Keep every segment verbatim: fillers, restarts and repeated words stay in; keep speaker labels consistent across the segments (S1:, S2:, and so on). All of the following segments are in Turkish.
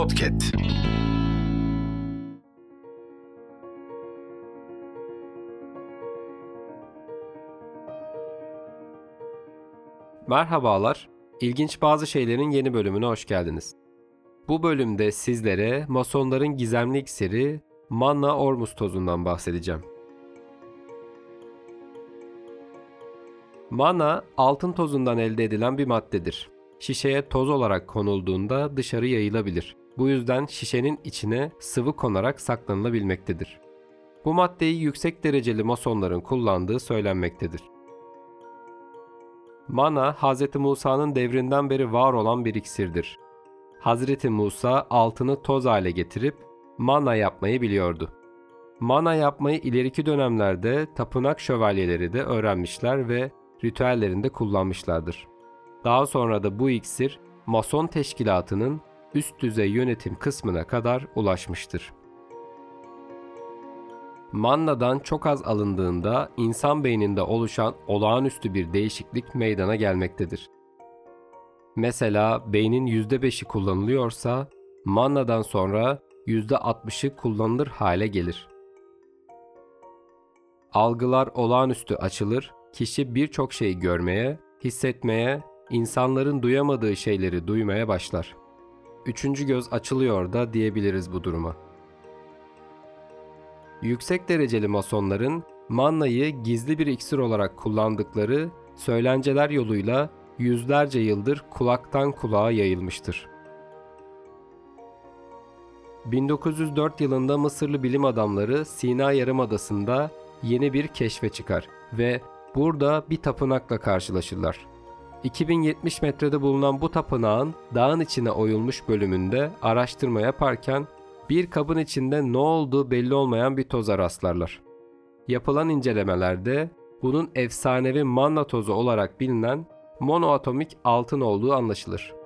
S1: Podcast.
S2: Merhabalar, İlginç Bazı Şeylerin yeni bölümüne hoş geldiniz. Bu bölümde sizlere Masonların gizemli iksiri Manna Ormus tozundan bahsedeceğim. Manna, altın tozundan elde edilen bir maddedir. Şişeye toz olarak konulduğunda dışarı yayılabilir. Bu yüzden şişenin içine sıvı konarak saklanılabilmektedir. Bu maddeyi yüksek dereceli masonların kullandığı söylenmektedir. Manna, Hz. Musa'nın devrinden beri var olan bir iksirdir. Hz. Musa altını toz hale getirip manna yapmayı biliyordu. Manna yapmayı ileriki dönemlerde tapınak şövalyeleri de öğrenmişler ve ritüellerinde kullanmışlardır. Daha sonra da bu iksir Mason teşkilatının üst düzey yönetim kısmına kadar ulaşmıştır. Manna'dan çok az alındığında insan beyninde oluşan olağanüstü bir değişiklik meydana gelmektedir. Mesela beynin yüzde beşi kullanılıyorsa, Manna'dan sonra yüzde altmışı kullanılır hale gelir. Algılar olağanüstü açılır, kişi birçok şeyi görmeye, hissetmeye, insanların duyamadığı şeyleri duymaya başlar. Üçüncü göz açılıyor da diyebiliriz bu duruma. Yüksek dereceli masonların Manna'yı gizli bir iksir olarak kullandıkları söylenceler yoluyla yüzlerce yıldır kulaktan kulağa yayılmıştır. bin dokuz yüz dört yılında Mısırlı bilim adamları Sina Yarımadası'nda yeni bir keşfe çıkar ve burada bir tapınakla karşılaşırlar. iki bin yetmiş metrede bulunan bu tapınağın dağın içine oyulmuş bölümünde araştırma yaparken bir kabın içinde ne olduğu belli olmayan bir toza rastlarlar. Yapılan incelemelerde bunun efsanevi manna tozu olarak bilinen monoatomik altın olduğu anlaşılır.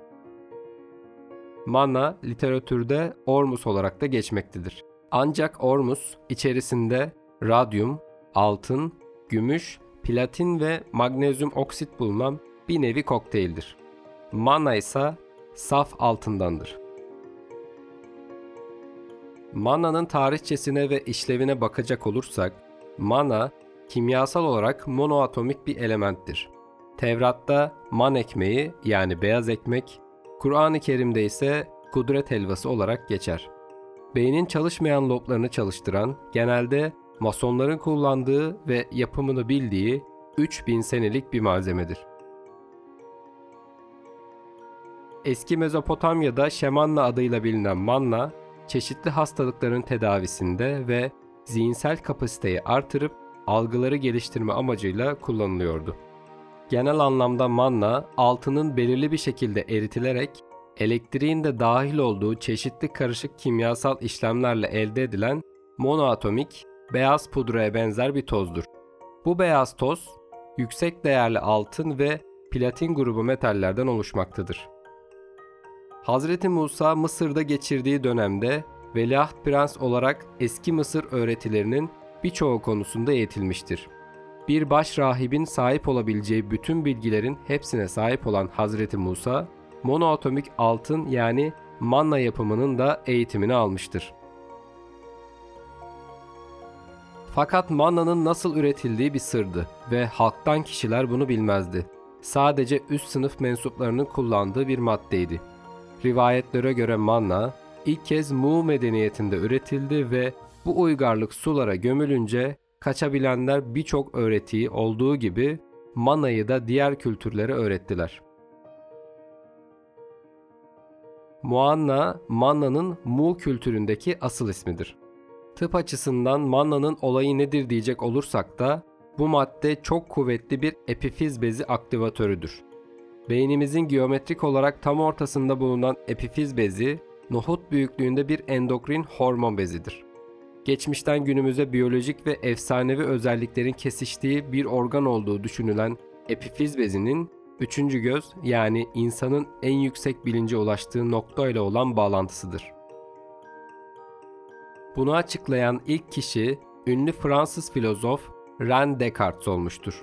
S2: Manna literatürde Ormus olarak da geçmektedir. Ancak Ormus içerisinde radyum, altın, gümüş, platin ve magnezyum oksit bulunan bir nevi kokteyldir. Manna ise saf altındandır. Manna'nın tarihçesine ve işlevine bakacak olursak, manna kimyasal olarak monoatomik bir elementtir. Tevrat'ta man ekmeği yani beyaz ekmek, Kur'an-ı Kerim'de ise kudret helvası olarak geçer. Beynin çalışmayan loblarını çalıştıran, genelde masonların kullandığı ve yapımını bildiği üç bin senelik bir malzemedir. Eski Mezopotamya'da şemanna adıyla bilinen manna, çeşitli hastalıkların tedavisinde ve zihinsel kapasiteyi artırıp algıları geliştirme amacıyla kullanılıyordu. Genel anlamda manna, altının belirli bir şekilde eritilerek elektriğin de dahil olduğu çeşitli karışık kimyasal işlemlerle elde edilen monoatomik, beyaz pudraya benzer bir tozdur. Bu beyaz toz, yüksek değerli altın ve platin grubu metallerden oluşmaktadır. Hazreti Musa Mısır'da geçirdiği dönemde Veliaht Prens olarak eski Mısır öğretilerinin birçoğu konusunda eğitilmiştir. Bir baş rahibin sahip olabileceği bütün bilgilerin hepsine sahip olan Hazreti Musa, monoatomik altın yani manna yapımının da eğitimini almıştır. Fakat mannanın nasıl üretildiği bir sırdı ve halktan kişiler bunu bilmezdi. Sadece üst sınıf mensuplarının kullandığı bir maddeydi. Rivayetlere göre manna ilk kez Mu medeniyetinde üretildi ve bu uygarlık sulara gömülünce kaçabilenler birçok öğretiyi olduğu gibi mannayı da diğer kültürlere öğrettiler. Muanna, mannanın Mu kültüründeki asıl ismidir. Tıp açısından mannanın olayı nedir diyecek olursak da bu madde çok kuvvetli bir epifiz bezi aktivatörüdür. Beynimizin geometrik olarak tam ortasında bulunan epifiz bezi, nohut büyüklüğünde bir endokrin hormon bezidir. Geçmişten günümüze biyolojik ve efsanevi özelliklerin kesiştiği bir organ olduğu düşünülen epifiz bezinin üçüncü göz yani insanın en yüksek bilince ulaştığı nokta ile olan bağlantısıdır. Bunu açıklayan ilk kişi ünlü Fransız filozof René Descartes olmuştur.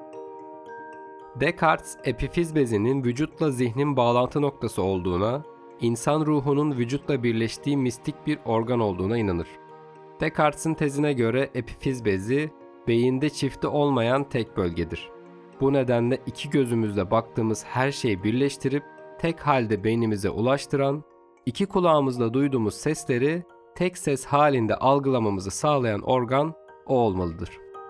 S2: Descartes, epifiz bezinin vücutla zihnin bağlantı noktası olduğuna, insan ruhunun vücutla birleştiği mistik bir organ olduğuna inanır. Descartes'in tezine göre epifiz bezi, beyinde çifti olmayan tek bölgedir. Bu nedenle iki gözümüzle baktığımız her şeyi birleştirip tek halde beynimize ulaştıran, iki kulağımızla duyduğumuz sesleri tek ses halinde algılamamızı sağlayan organ o olmalıdır.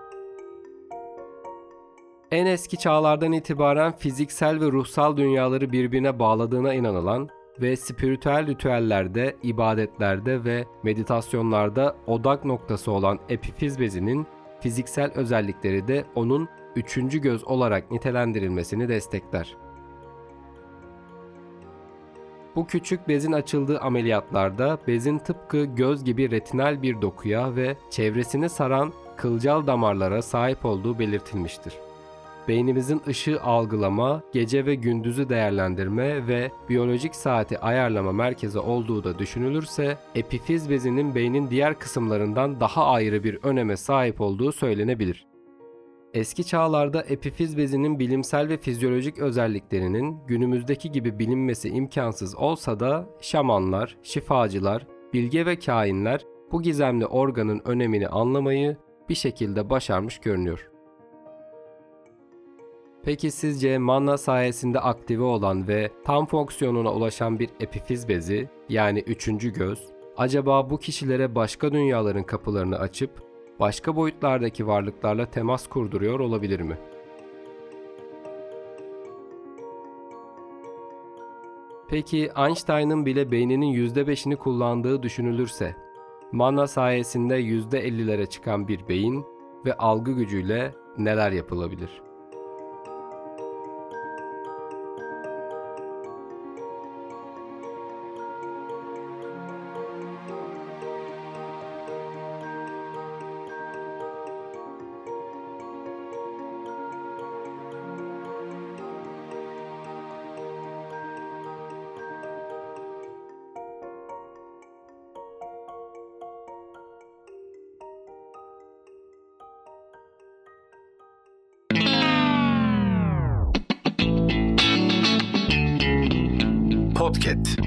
S2: En eski çağlardan itibaren fiziksel ve ruhsal dünyaları birbirine bağladığına inanılan ve spiritüel ritüellerde, ibadetlerde ve meditasyonlarda odak noktası olan epifiz bezinin fiziksel özellikleri de onun üçüncü göz olarak nitelendirilmesini destekler. Bu küçük bezin açıldığı ameliyatlarda bezin tıpkı göz gibi retinal bir dokuya ve çevresini saran kılcal damarlara sahip olduğu belirtilmiştir. Beynimizin ışığı algılama, gece ve gündüzü değerlendirme ve biyolojik saati ayarlama merkezi olduğu da düşünülürse, epifiz bezinin beynin diğer kısımlarından daha ayrı bir öneme sahip olduğu söylenebilir. Eski çağlarda epifiz bezinin bilimsel ve fizyolojik özelliklerinin günümüzdeki gibi bilinmesi imkansız olsa da şamanlar, şifacılar, bilge ve kâhinler bu gizemli organın önemini anlamayı bir şekilde başarmış görünüyor. Peki sizce manna sayesinde aktive olan ve tam fonksiyonuna ulaşan bir epifiz bezi, yani üçüncü göz, acaba bu kişilere başka dünyaların kapılarını açıp başka boyutlardaki varlıklarla temas kurduruyor olabilir mi? Peki Einstein'ın bile beyninin yüzde beşini kullandığı düşünülürse, manna sayesinde yüzde ellilere çıkan bir beyin ve algı gücüyle neler yapılabilir?
S1: Podcast.